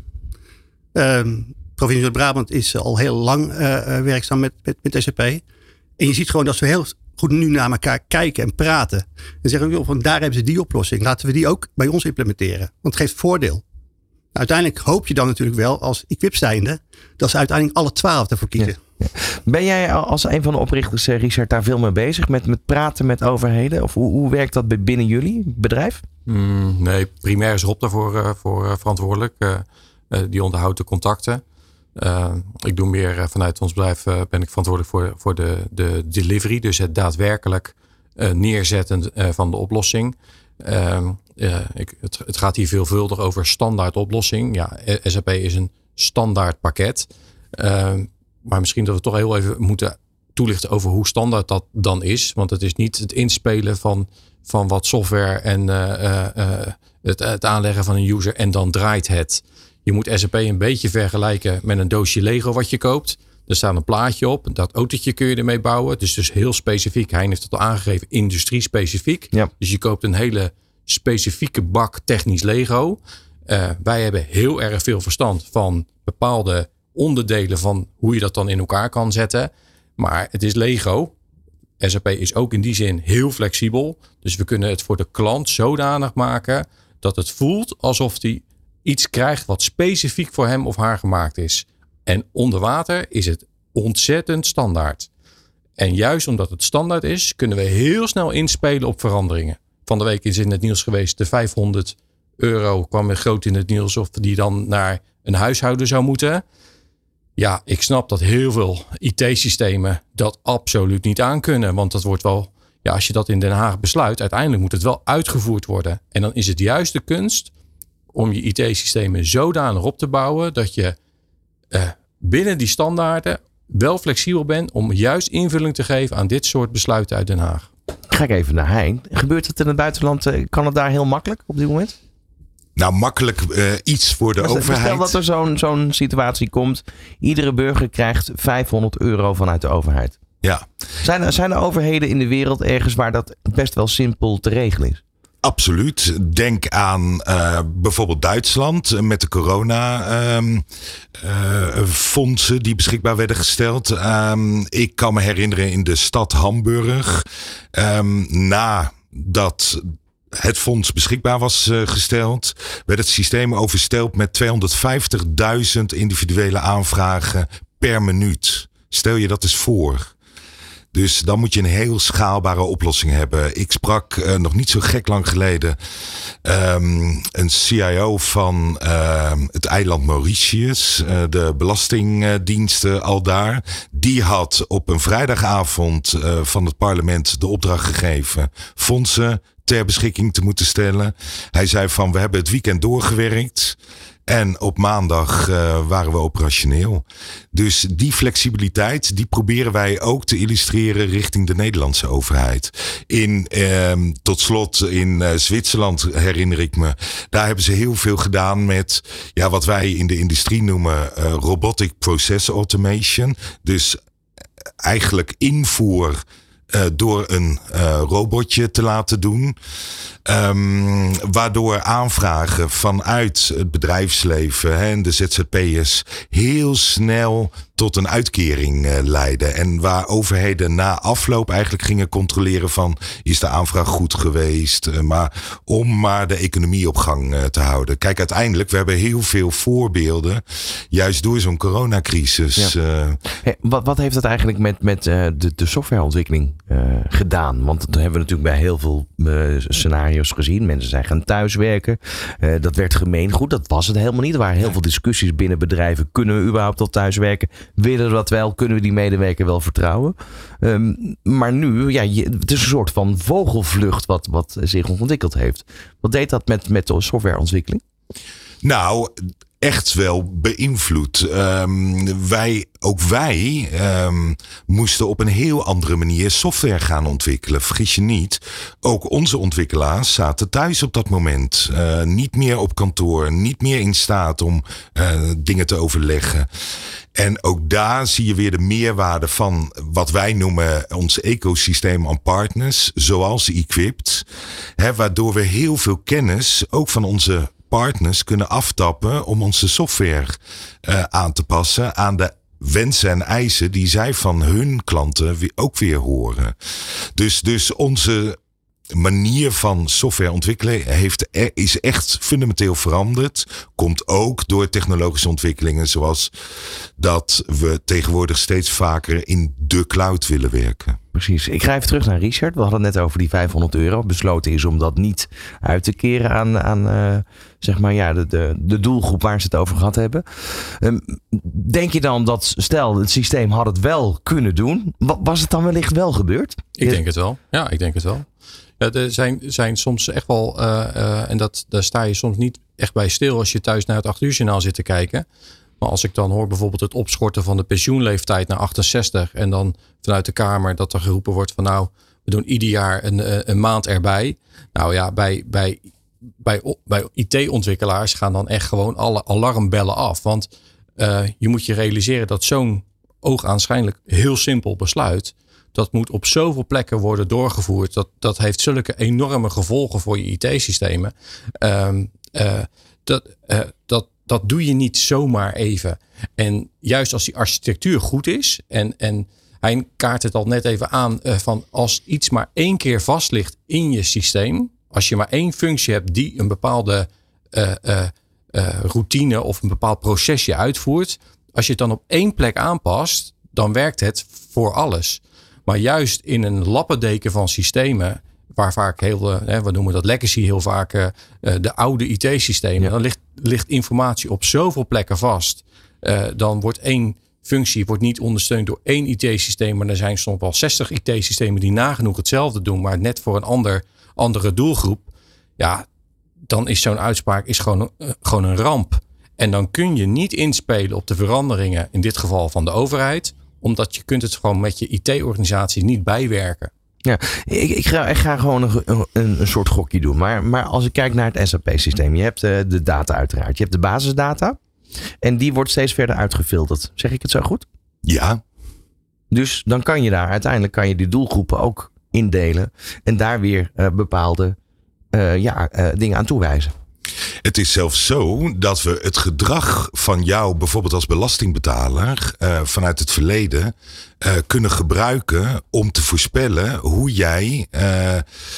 S4: Um, provincie Noord-Brabant is al heel lang uh, werkzaam met, met, met S A P. En je ziet gewoon dat we heel goed nu naar elkaar kijken en praten. En zeggen, joh, van daar hebben ze die oplossing. Laten we die ook bij ons implementeren. Want het geeft voordeel. Uiteindelijk hoop je dan natuurlijk wel als Equip zijnde dat ze uiteindelijk alle twaalf ervoor kiezen.
S2: Ja. Ben jij als een van de oprichters, Richard, daar veel mee bezig? Met, met praten met overheden? Of hoe, hoe werkt dat binnen jullie bedrijf?
S3: Mm, nee, primair is Rob daarvoor uh, voor, uh, verantwoordelijk. Uh, uh, die onderhoudt de contacten. Uh, ik doe meer uh, vanuit ons bedrijf uh, ben ik verantwoordelijk voor, voor de, de delivery. Dus het daadwerkelijk uh, neerzetten uh, van de oplossing. Uh, uh, ik, het, het gaat hier veelvuldig over standaard oplossing. Ja, S A P is een standaard pakket. Uh, maar misschien dat we toch heel even moeten toelichten over hoe standaard dat dan is. Want het is niet het inspelen van, van wat software en uh, uh, het, het aanleggen van een user en dan draait het. Je moet S A P een beetje vergelijken met een doosje Lego wat je koopt. Er staat een plaatje op. Dat autootje kun je ermee bouwen. Dus dus heel specifiek. Hein heeft het al aangegeven. Industrie specifiek. Ja. Dus je koopt een hele specifieke bak technisch Lego. Uh, wij hebben heel erg veel verstand van bepaalde onderdelen van hoe je dat dan in elkaar kan zetten. Maar het is Lego. S A P is ook in die zin heel flexibel. Dus we kunnen het voor de klant zodanig maken dat het voelt alsof hij iets krijgt wat specifiek voor hem of haar gemaakt is. En onder water is het ontzettend standaard. En juist omdat het standaard is, kunnen we heel snel inspelen op veranderingen. Van de week is in het nieuws geweest, de vijfhonderd euro kwam er groot in het nieuws of die dan naar een huishouden zou moeten. Ja, ik snap dat heel veel I T-systemen dat absoluut niet aankunnen. Want dat wordt wel, ja, als je dat in Den Haag besluit, uiteindelijk moet het wel uitgevoerd worden. En dan is het juist de kunst om je I T-systemen zodanig op te bouwen dat je uh, binnen die standaarden wel flexibel bent om juist invulling te geven aan dit soort besluiten uit Den Haag.
S2: Ga ik even naar Hein. Gebeurt het in het buitenland? Kan het daar heel makkelijk op dit moment?
S5: Nou, makkelijk uh, iets voor de
S2: maar
S5: overheid.
S2: Stel dat er zo'n, zo'n situatie komt. Iedere burger krijgt vijfhonderd euro vanuit de overheid.
S5: Ja.
S2: Zijn er, zijn er overheden in de wereld ergens waar dat best wel simpel te regelen is?
S5: Absoluut. Denk aan uh, bijvoorbeeld Duitsland met de corona um, uh, fondsen die beschikbaar werden gesteld. Um, ik kan me herinneren in de stad Hamburg. Um, nadat het fonds beschikbaar was uh, gesteld, werd het systeem overstelpt met tweehonderdvijftigduizend individuele aanvragen per minuut. Stel je dat eens voor. Dus dan moet je een heel schaalbare oplossing hebben. Ik sprak uh, nog niet zo gek lang geleden um, een C I O van uh, het eiland Mauritius, uh, de belastingdiensten al daar. Die had op een vrijdagavond uh, van het parlement de opdracht gegeven fondsen ter beschikking te moeten stellen. Hij zei van, we hebben het weekend doorgewerkt. En op maandag uh, waren we operationeel. Dus die flexibiliteit, die proberen wij ook te illustreren richting de Nederlandse overheid. In, uh, tot slot in uh, Zwitserland herinner ik me. Daar hebben ze heel veel gedaan met ja, wat wij in de industrie noemen uh, robotic process automation. Dus eigenlijk invoer Uh, door een uh, robotje te laten doen. Um, waardoor aanvragen vanuit het bedrijfsleven hè, en de Z Z P'ers heel snel tot een uitkering uh, leiden. En waar overheden na afloop eigenlijk gingen controleren van, is de aanvraag goed geweest? Uh, maar om maar de economie op gang uh, te houden. Kijk, uiteindelijk, we hebben heel veel voorbeelden, juist door zo'n coronacrisis.
S2: Ja.
S5: Uh,
S2: hey, wat, wat heeft dat eigenlijk met, met uh, de, de softwareontwikkeling uh, gedaan? Want dat hebben we natuurlijk bij heel veel uh, scenario's gezien. Mensen zijn gaan thuiswerken. Uh, dat werd gemeengoed. Dat was het helemaal niet. Er waren heel veel discussies binnen bedrijven. Kunnen we überhaupt tot thuiswerken? Willen we dat wel? Kunnen we die medewerker wel vertrouwen? Um, maar nu, ja, je, het is een soort van vogelvlucht wat, wat zich ontwikkeld heeft. Wat deed dat met, met de softwareontwikkeling?
S5: Nou, echt wel beïnvloed. Um, wij, ook wij um, moesten op een heel andere manier software gaan ontwikkelen. Vergis je niet, ook onze ontwikkelaars zaten thuis op dat moment. Uh, niet meer op kantoor, niet meer in staat om uh, dingen te overleggen. En ook daar zie je weer de meerwaarde van wat wij noemen ons ecosysteem aan partners, zoals Equipped. Hè, waardoor we heel veel kennis, ook van onze partners, kunnen aftappen om onze software uh, aan te passen aan de wensen en eisen die zij van hun klanten ook weer horen. Dus, dus onze manier van software ontwikkelen heeft, is echt fundamenteel veranderd. Komt ook door technologische ontwikkelingen zoals dat we tegenwoordig steeds vaker in de cloud willen werken.
S2: Precies. Ik ga even terug naar Richard. We hadden het net over die vijfhonderd euro. Besloten is om dat niet uit te keren aan, aan uh, zeg maar, ja, de, de, de doelgroep waar ze het over gehad hebben. Um, denk je dan dat, stel, het systeem had het wel kunnen doen. Was het dan wellicht wel gebeurd?
S3: Ik denk het wel. Ja, ik denk het wel. Ja, er zijn, zijn soms echt wel, uh, uh, en dat, daar sta je soms niet echt bij stil als je thuis naar het acht uur journaal zit te kijken. Maar als ik dan hoor bijvoorbeeld het opschorten van de pensioenleeftijd naar achtenzestig. En dan vanuit de Kamer dat er geroepen wordt van nou, we doen ieder jaar een, een maand erbij. Nou ja, bij, bij, bij, bij I T-ontwikkelaars gaan dan echt gewoon alle alarmbellen af. Want uh, je moet je realiseren dat zo'n oogaanschijnlijk heel simpel besluit, dat moet op zoveel plekken worden doorgevoerd. Dat, dat heeft zulke enorme gevolgen voor je I T-systemen. Um, uh, dat, uh, dat, dat doe je niet zomaar even. En juist als die architectuur goed is. En, en hij kaart het al net even aan. Uh, van als iets maar één keer vast ligt in je systeem. Als je maar één functie hebt die een bepaalde uh, uh, uh, routine of een bepaald procesje uitvoert. Als je het dan op één plek aanpast, dan werkt het voor alles. Maar juist in een lappendeken van systemen, waar vaak heel, hè, we noemen dat legacy heel vaak, uh, de oude I T-systemen, ja. dan ligt, ligt informatie op zoveel plekken vast. Uh, dan wordt één functie wordt niet ondersteund door één I T-systeem, maar er zijn soms wel zestig I T-systemen die nagenoeg hetzelfde doen, maar net voor een ander, andere doelgroep. Ja, dan is zo'n uitspraak is gewoon, uh, gewoon een ramp. En dan kun je niet inspelen op de veranderingen, in dit geval van de overheid, omdat je kunt het gewoon met je I T-organisatie niet bijwerken.
S2: Ja, ik, ik, ga, ik ga gewoon een, een, een soort gokje doen. Maar, maar als ik kijk naar het S A P-systeem. Je hebt uh, de data uiteraard. Je hebt de basisdata. En die wordt steeds verder uitgefilterd. Zeg ik het zo goed?
S5: Ja.
S2: Dus dan kan je daar uiteindelijk kan je die doelgroepen ook indelen. En daar weer uh, bepaalde uh, ja, uh, dingen aan toewijzen.
S5: Het is zelfs zo dat we het gedrag van jou bijvoorbeeld als belastingbetaler uh, vanuit het verleden uh, kunnen gebruiken om te voorspellen hoe jij, uh,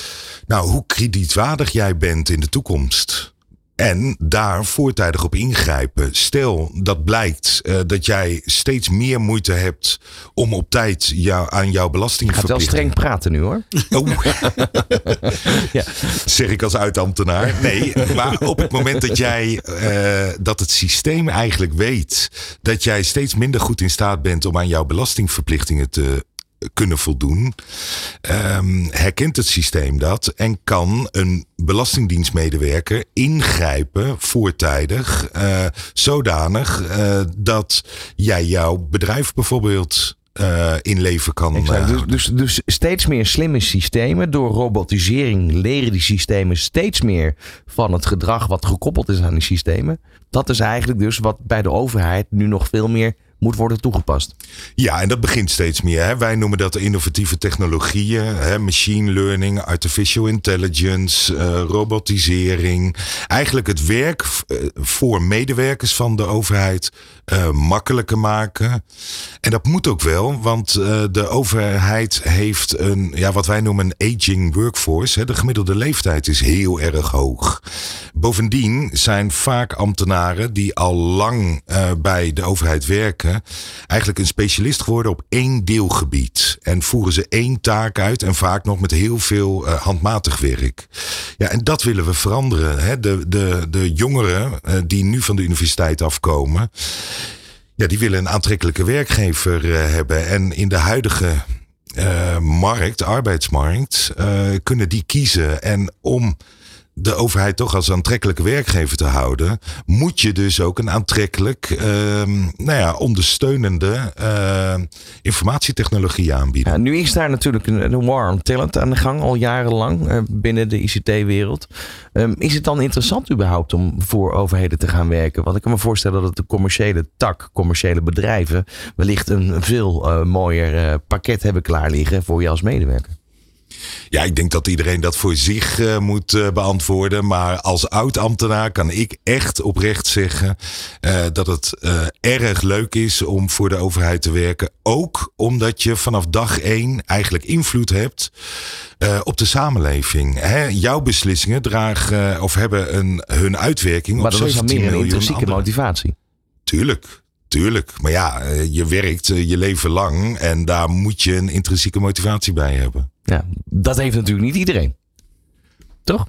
S5: nou, hoe kredietwaardig jij bent in de toekomst. En daar voortijdig op ingrijpen. Stel dat blijkt uh, dat jij steeds meer moeite hebt om op tijd jou, aan jouw belastingverplichting.
S2: Je gaat wel streng praten nu hoor.
S5: Oh. Ja. Zeg ik als uitambtenaar. Nee, maar op het moment dat jij uh, dat het systeem eigenlijk weet dat jij steeds minder goed in staat bent om aan jouw belastingverplichtingen te kunnen voldoen, um, herkent het systeem dat en kan een belastingdienstmedewerker ingrijpen voortijdig, uh, zodanig uh, dat jij jouw bedrijf bijvoorbeeld uh, in leven kan.
S2: Exact.
S5: Uh,
S2: dus, dus, dus steeds meer slimme systemen. Door robotisering leren die systemen steeds meer van het gedrag wat gekoppeld is aan die systemen. Dat is eigenlijk dus wat bij de overheid nu nog veel meer moet worden toegepast.
S5: Ja, en dat begint steeds meer. Hè. Wij noemen dat innovatieve technologieën. Hè. Machine learning, artificial intelligence, uh, robotisering. Eigenlijk het werk uh, voor medewerkers van de overheid uh, makkelijker maken. En dat moet ook wel, want uh, de overheid heeft een, ja, wat wij noemen een aging workforce. Hè. De gemiddelde leeftijd is heel erg hoog. Bovendien zijn vaak ambtenaren die al lang uh, bij de overheid werken, eigenlijk een specialist geworden op één deelgebied. En voeren ze één taak uit en vaak nog met heel veel uh, handmatig werk. Ja, en dat willen we veranderen. Hè. De, de, de jongeren uh, die nu van de universiteit afkomen, ja, die willen een aantrekkelijke werkgever uh, hebben. En in de huidige uh, markt, arbeidsmarkt, uh, kunnen die kiezen. En om de overheid toch als aantrekkelijke werkgever te houden, moet je dus ook een aantrekkelijk, uh, nou ja, ondersteunende uh, informatietechnologie aanbieden.
S2: Ja, nu is daar natuurlijk een, een war on talent aan de gang, al jarenlang uh, binnen de I C T-wereld. Um, is het dan interessant überhaupt om voor overheden te gaan werken? Want ik kan me voorstellen dat de commerciële tak, commerciële bedrijven, wellicht een veel uh, mooier uh, pakket hebben klaar liggen voor je als medewerker.
S5: Ja, ik denk dat iedereen dat voor zich uh, moet uh, beantwoorden. Maar als oud-ambtenaar kan ik echt oprecht zeggen uh, dat het uh, erg leuk is om voor de overheid te werken. Ook omdat je vanaf dag één eigenlijk invloed hebt uh, op de samenleving. Hè? Jouw beslissingen dragen uh, of hebben een, hun uitwerking
S2: maar
S5: op zeventien miljoen
S2: miljoen. Maar dat is dan meer een intrinsieke
S5: andere.
S2: motivatie.
S5: Tuurlijk. Tuurlijk, maar ja, je werkt je leven lang en daar moet je een intrinsieke motivatie bij hebben.
S2: Ja, dat heeft natuurlijk niet iedereen. Toch?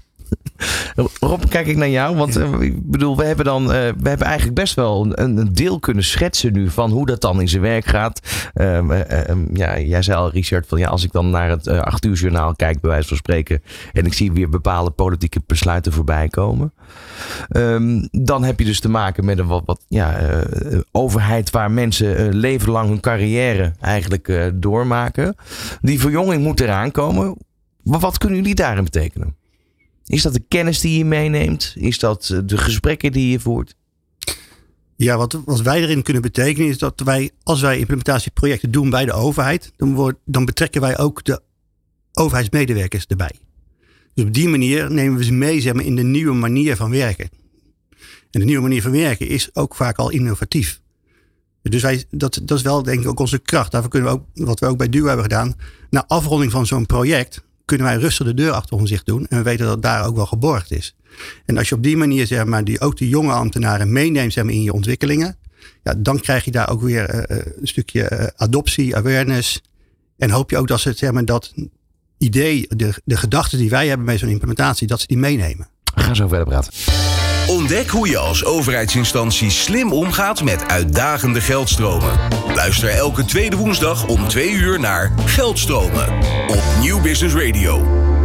S2: Rob, kijk ik naar jou, want uh, ik bedoel, we hebben dan, uh, we hebben eigenlijk best wel een, een deel kunnen schetsen nu van hoe dat dan in zijn werk gaat. Uh, uh, uh, ja, jij zei al, Richard, van ja, als ik dan naar het uh, acht uur journaal kijk, bij wijze van spreken, en ik zie weer bepaalde politieke besluiten voorbij komen, um, dan heb je dus te maken met een wat, wat ja, uh, overheid waar mensen uh, leven lang hun carrière eigenlijk uh, doormaken. Die verjonging moet eraan komen. Maar wat kunnen jullie daarin betekenen? Is dat de kennis die je meeneemt? Is dat de gesprekken die je voert?
S4: Ja, wat, wat wij erin kunnen betekenen is dat wij, als wij implementatieprojecten doen bij de overheid, dan, wordt, dan betrekken wij ook de overheidsmedewerkers erbij. Dus op die manier nemen we ze mee, zeg maar, in de nieuwe manier van werken. En de nieuwe manier van werken is ook vaak al innovatief. Dus wij, dat, dat is wel denk ik ook onze kracht. Daarvoor kunnen we ook, wat we ook bij Duo hebben gedaan, na afronding van zo'n project kunnen wij rustig de deur achter ons dicht doen. En we weten dat het daar ook wel geborgd is. En als je op die manier, zeg maar, die, ook die jonge ambtenaren meeneemt, zeg maar, in je ontwikkelingen, ja, dan krijg je daar ook weer uh, een stukje uh, adoptie, awareness. En hoop je ook dat ze, zeg maar, dat idee, de, de gedachten die wij hebben bij zo'n implementatie, dat ze die meenemen.
S2: We gaan zo verder praten.
S1: Ontdek hoe je als overheidsinstantie slim omgaat met uitdagende geldstromen. Luister elke tweede woensdag om twee uur naar Geldstromen op Nieuw Business Radio.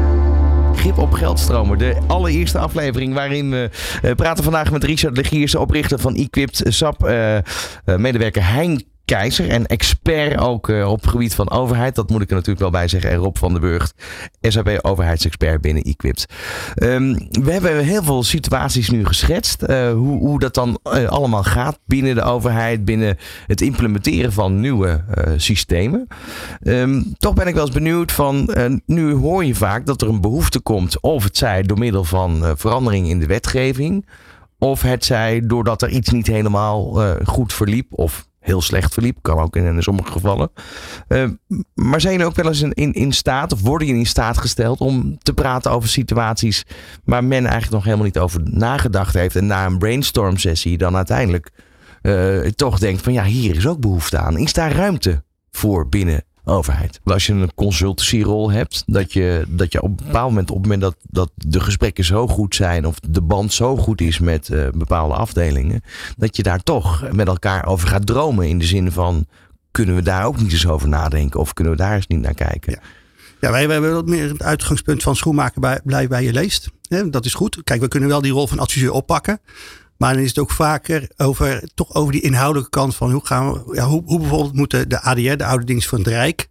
S2: Grip op geldstromen, de allereerste aflevering waarin we uh, praten vandaag met Richard Legierse, oprichter van Equipped S A P, uh, uh, medewerker Hein Keizer en expert ook uh, op het gebied van overheid. Dat moet ik er natuurlijk wel bij zeggen. En Rob van den Burgt, S A P overheidsexpert binnen Equipped. Um, we hebben heel veel situaties nu geschetst. Uh, hoe, hoe dat dan uh, allemaal gaat binnen de overheid. Binnen het implementeren van nieuwe uh, systemen. Um, toch ben ik wel eens benieuwd van. Uh, nu hoor je vaak dat er een behoefte komt. Of het zij door middel van uh, verandering in de wetgeving. Of het zij doordat er iets niet helemaal uh, goed verliep. Of heel slecht verliep. Kan ook in, in sommige gevallen. Uh, maar zijn jullie ook wel eens in, in, in staat, of worden jullie in staat gesteld om te praten over situaties waar men eigenlijk nog helemaal niet over nagedacht heeft. En na een brainstorm sessie dan uiteindelijk uh, toch denkt van ja, hier is ook behoefte aan. Is daar ruimte voor binnen overheid? Als je een consultancyrol hebt, dat je, dat je op een bepaald moment, op het moment dat, dat de gesprekken zo goed zijn of de band zo goed is met uh, bepaalde afdelingen, dat je daar toch met elkaar over gaat dromen in de zin van, kunnen we daar ook niet eens over nadenken of kunnen we daar eens niet naar kijken?
S4: Ja. Ja, wij, wij hebben wat meer het uitgangspunt van schoenmaker bij, blij bij je leest. Hè, dat is goed. Kijk, we kunnen wel die rol van adviseur oppakken. Maar dan is het ook vaker over, toch over die inhoudelijke kant van hoe gaan we, ja, hoe, hoe bijvoorbeeld moeten de A D R, de Oude Dienst van het Rijk,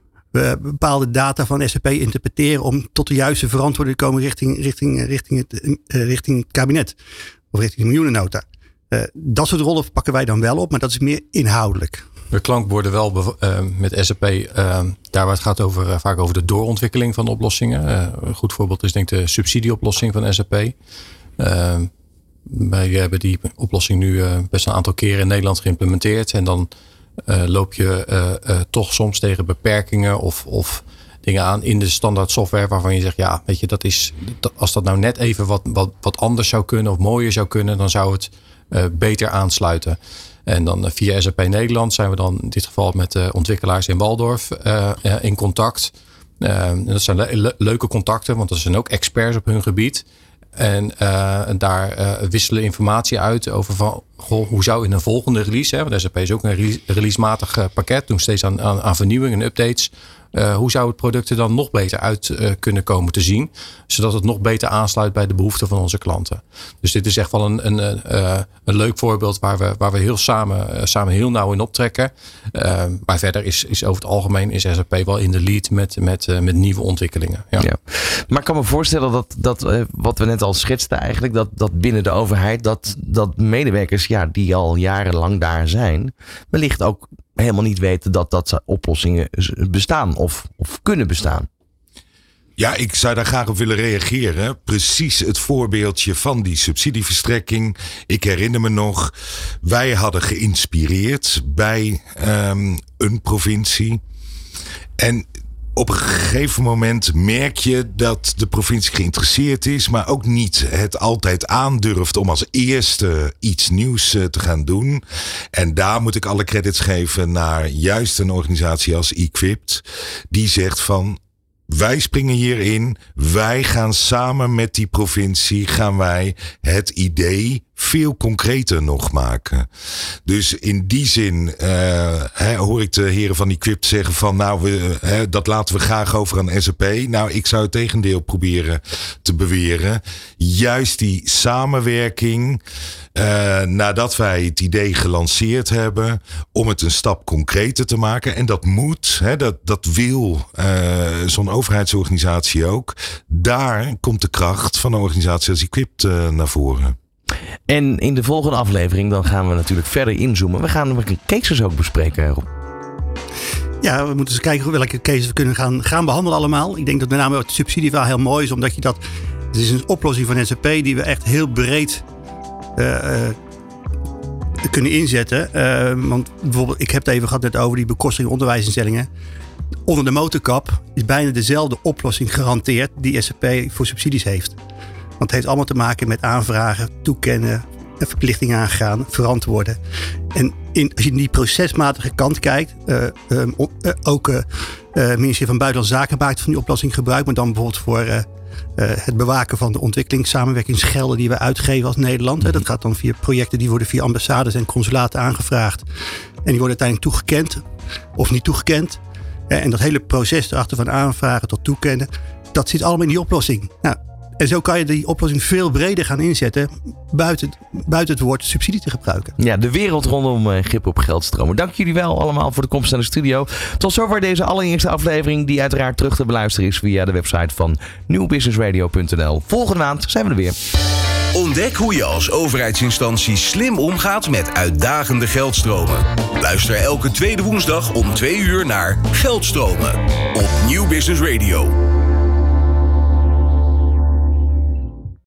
S4: we bepaalde data van S A P interpreteren om tot de juiste verantwoording te komen richting, richting, richting, het, uh, richting het kabinet. Of richting de miljoenennota. Uh, dat soort rollen pakken wij dan wel op, maar dat is meer inhoudelijk.
S3: De klankborden wel uh, met S A P, uh, daar waar het gaat over, uh, vaak over de doorontwikkeling van oplossingen. Uh, een goed voorbeeld is denk ik de subsidieoplossing van S A P. Uh, wij hebben die oplossing nu uh, best een aantal keren in Nederland geïmplementeerd. En dan uh, loop je uh, uh, toch soms tegen beperkingen of, of dingen aan in de standaard software waarvan je zegt, ja, weet je, dat is, als dat nou net even wat, wat, wat anders zou kunnen of mooier zou kunnen, dan zou het uh, beter aansluiten. En dan uh, via S A P Nederland zijn we dan in dit geval met de ontwikkelaars in Walldorf uh, uh, in contact. Uh, en dat zijn le- le- leuke contacten, want dat zijn ook experts op hun gebied. En, uh, en daar uh, wisselen informatie uit over van, goh, hoe zou in een volgende release, hè, want S A P is ook een release, releasematig uh, pakket, doen steeds aan, aan, aan vernieuwingen en updates. Uh, hoe zou het product er dan nog beter uit uh, kunnen komen te zien? Zodat het nog beter aansluit bij de behoeften van onze klanten. Dus dit is echt wel een, een, uh, een leuk voorbeeld waar we, waar we heel samen, uh, samen heel nauw in optrekken. Uh, maar verder is, is over het algemeen is S A P wel in de lead met, met, uh, met nieuwe ontwikkelingen. Ja.
S2: Ja. Maar ik kan me voorstellen dat, dat uh, wat we net al schetsten eigenlijk, dat, dat binnen de overheid, dat, dat medewerkers ja, die al jarenlang daar zijn, wellicht ook helemaal niet weten dat dat oplossingen bestaan of, of kunnen bestaan.
S5: Ja, ik zou daar graag op willen reageren. Precies het voorbeeldje van die subsidieverstrekking. Ik herinner me nog, wij hadden geïnspireerd bij um, een provincie. En op een gegeven moment merk je dat de provincie geïnteresseerd is, maar ook niet het altijd aandurft om als eerste iets nieuws te gaan doen. En daar moet ik alle credits geven naar juist een organisatie als Equipped, die zegt van, wij springen hierin, wij gaan samen met die provincie, gaan wij het idee veel concreter nog maken. Dus in die zin uh, he, hoor ik de heren van Equipped zeggen van, nou, we, he, dat laten we graag over aan S A P. Nou, ik zou het tegendeel proberen te beweren. Juist die samenwerking, uh, nadat wij het idee gelanceerd hebben, om het een stap concreter te maken. En dat moet, he, dat, dat wil uh, zo'n overheidsorganisatie ook. Daar komt de kracht van een organisatie als Equipped uh, naar voren.
S2: En in de volgende aflevering dan gaan we natuurlijk verder inzoomen. We gaan cases ook bespreken, Rob.
S4: Ja, we moeten eens kijken welke cases we kunnen gaan, gaan behandelen allemaal. Ik denk dat met name het subsidieverhaal heel mooi is, omdat je dat... Het is een oplossing van S A P die we echt heel breed uh, uh, kunnen inzetten. Uh, want bijvoorbeeld, ik heb het even gehad net over die bekostiging onderwijsinstellingen. Onder de motorkap is bijna dezelfde oplossing gehanteerd die S A P voor subsidies heeft. Want het heeft allemaal te maken met aanvragen, toekennen, verplichtingen aangaan, verantwoorden. En in, als je in die procesmatige kant kijkt, uh, um, uh, ook het uh, uh, ministerie van Buitenlandse Zaken maakt van die oplossing gebruik, maar dan bijvoorbeeld voor uh, uh, het bewaken van de ontwikkelingssamenwerkingsgelden die we uitgeven als Nederland. Mm-hmm. Dat gaat dan via projecten die worden via ambassades en consulaten aangevraagd. En die worden uiteindelijk toegekend of niet toegekend. Uh, en dat hele proces erachter van aanvragen tot toekennen, dat zit allemaal in die oplossing. Nou, en zo kan je die oplossing veel breder gaan inzetten, buiten, buiten het woord subsidie te gebruiken.
S2: Ja, de wereld rondom uh, grip op geldstromen. Dank jullie wel allemaal voor de komst naar de studio. Tot zover deze allereerste aflevering, die uiteraard terug te beluisteren is via de website van nieuw business radio punt n l. Volgende maand zijn we er weer.
S1: Ontdek hoe je als overheidsinstantie slim omgaat met uitdagende geldstromen. Luister elke tweede woensdag om twee uur naar Geldstromen op Nieuw Business Radio.